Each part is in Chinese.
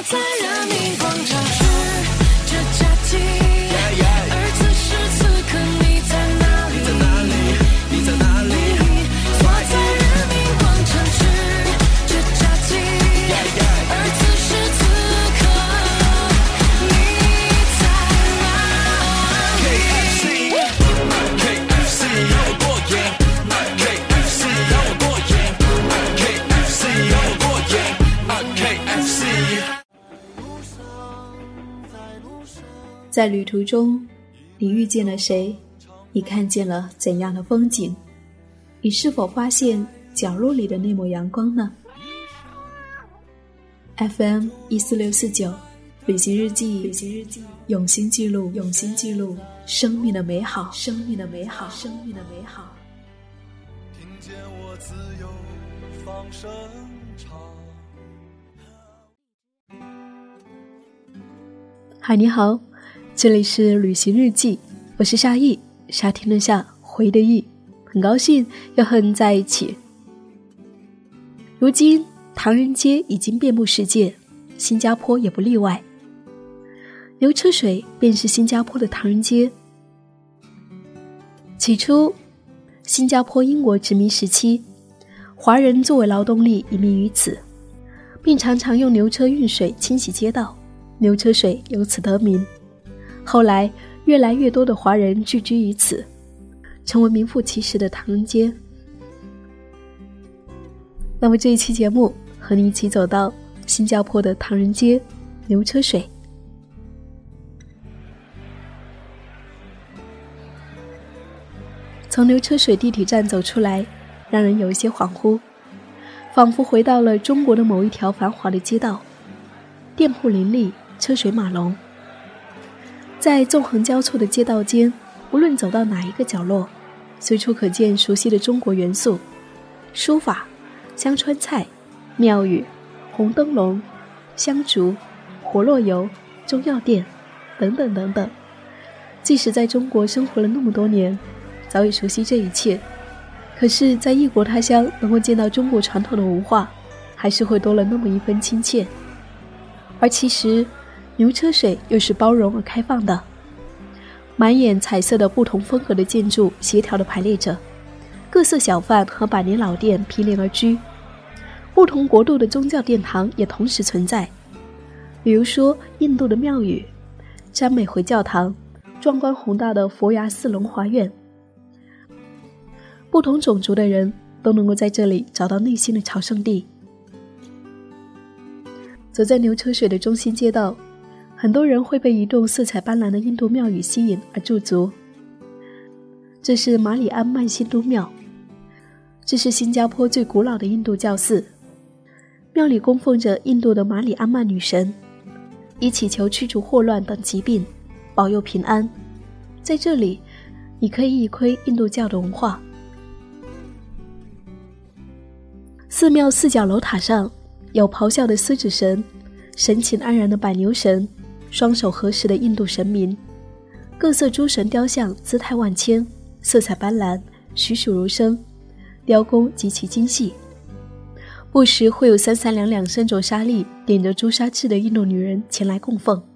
在人民广场是这假期，而此时此刻你在哪里？你在哪里？坐在人民广场是这假期，而此时此刻你在哪里？ KFC 让我过瘾 ，KFC 让我过瘾 ，KFC 让我过瘾 ，KFC。 在旅途中，你遇见了谁？你看见了怎样的风景？你是否发现角落里的那抹阳光呢？ FM 14649旅行日记，用心记录生命的美好。 听见我自由放声唱。 嗨，你好，这里是旅行日记，我是夏意，夏天的夏，回的意，很高兴又和你在一起。如今唐人街已经遍布世界，新加坡也不例外。牛车水便是新加坡的唐人街。起初，新加坡英国殖民时期，华人作为劳动力移民于此，并常常用牛车运水清洗街道，牛车水由此得名。后来越来越多的华人聚居于此，成为名副其实的唐人街。那么这一期节目和你一起走到新加坡的唐人街牛车水。从牛车水地铁站走出来，让人有一些恍惚，仿佛回到了中国的某一条繁华的街道，店铺林立，车水马龙。在纵横交错的街道间，无论走到哪一个角落，随处可见熟悉的中国元素，书法、香川菜、庙宇、红灯笼、香烛、活络油、中药店等等等等。即使在中国生活了那么多年，早已熟悉这一切，可是在异国他乡能够见到中国传统的文化，还是会多了那么一分亲切。而其实牛车水又是包容而开放的，满眼彩色的不同风格的建筑协调地排列着，各色小贩和百年老店毗邻而居，不同国度的宗教殿堂也同时存在，比如说印度的庙宇、詹美回教堂、壮观宏大的佛牙寺龙华院，不同种族的人都能够在这里找到内心的朝圣地。走在牛车水的中心街道，很多人会被一栋色彩斑斓的印度庙宇吸引而驻足。这是马里安曼新都庙，这是新加坡最古老的印度教寺，庙里供奉着印度的马里安曼女神，以祈求驱除祸乱等疾病，保佑平安。在这里，你可以一窥印度教的文化。寺庙四角楼塔上有咆哮的狮子神，神情安然的百牛神，双手合十的印度神明，各色诸神雕像姿态万千，色彩斑斓，栩栩如生，雕工极其精细。不时会有三三两两身着纱丽、点着朱砂痣的印度女人前来供奉。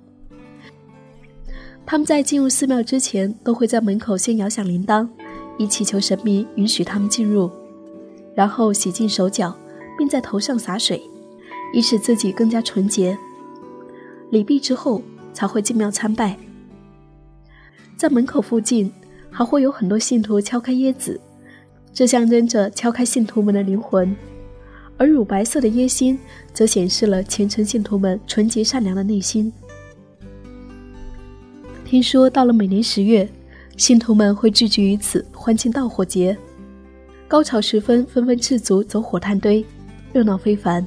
他们在进入寺庙之前，都会在门口先摇响铃铛，以祈求神明允许他们进入，然后洗净手脚，并在头上洒水，以使自己更加纯洁。礼毕之后才会进庙参拜。在门口附近还会有很多信徒敲开椰子，这象征着敲开信徒们的灵魂，而乳白色的椰心则显示了虔诚信徒们纯洁善良的内心。听说到了每年10月，信徒们会聚集于此欢庆盗火节，高潮时分纷纷赤足走火炭堆，热闹非凡。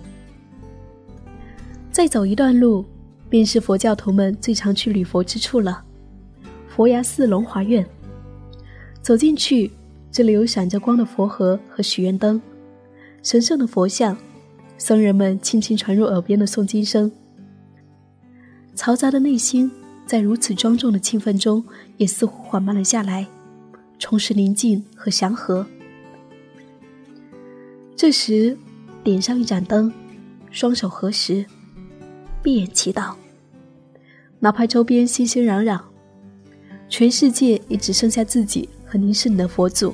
再走一段路，便是佛教徒们最常去礼佛之处了，佛牙寺龙华院。走进去，这里有闪着光的佛盒和许愿灯，神圣的佛像，僧人们轻轻传入耳边的诵经声。嘈杂的内心在如此庄重的气氛中也似乎缓慢了下来，重拾宁静和祥和。这时点上一盏灯，双手合十， 闭眼祈祷，哪怕周边熙熙攘攘，全世界也只剩下自己和您是你的佛祖。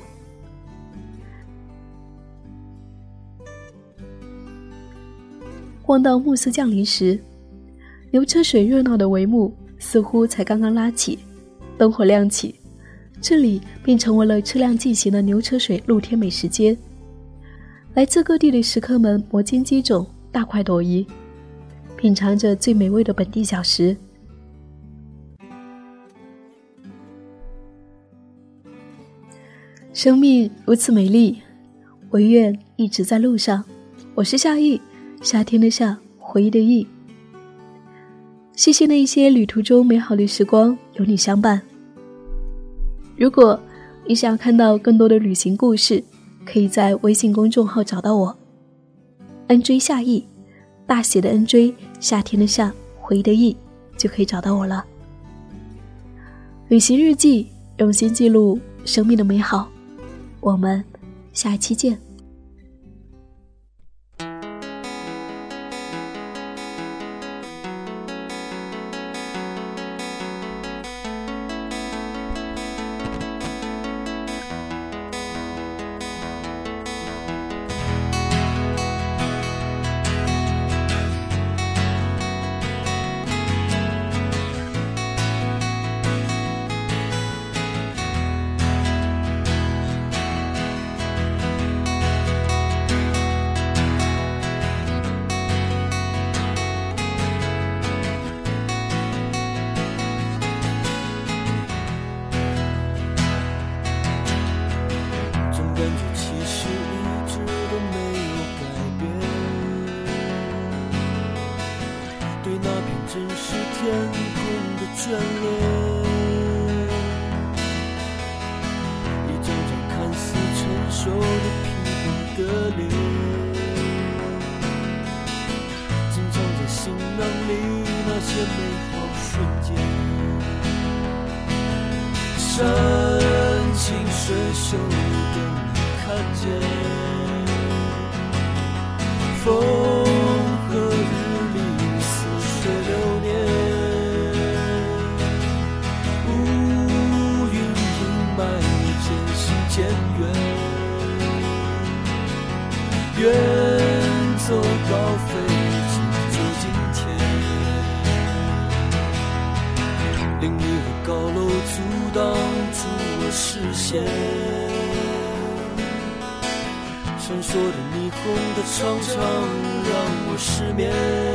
逛到暮色降临时，牛车水热闹的帷幕似乎才刚刚拉起，灯火亮起，这里便成为了车辆进行的牛车水露天美食街。来自各地的食客们摩肩接踵，大快朵颐，品尝着最美味的本地小食。生命如此美丽，我愿一直在路上。我是夏意，夏天的夏，回忆的忆。谢谢那些旅途中美好的时光，有你相伴。如果你想要看到更多的旅行故事，可以在微信公众号找到我 ，NJ 夏意，大写的 NJ， 夏天的夏，回忆的忆，就可以找到我了。旅行日记，用心记录生命的美好。我们下一期见。 真是天空的眷恋，一张张看似成熟的平衡的脸，珍藏在行囊里那些美好瞬间。山清水秀的你看见，风和日丽似水流年，乌云阴霾渐行渐远，远走高飞只走今天，林立的高楼阻挡住我视线，闪烁的霓虹的常常让我失眠，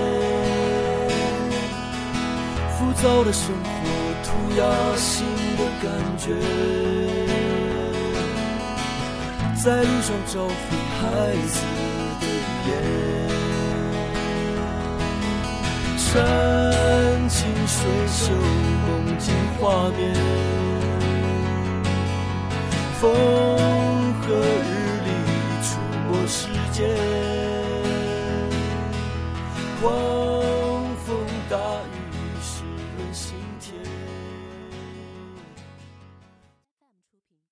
浮躁的生活涂鸦新的感觉，在路上找回孩子的语言，山清水秀梦境画面，风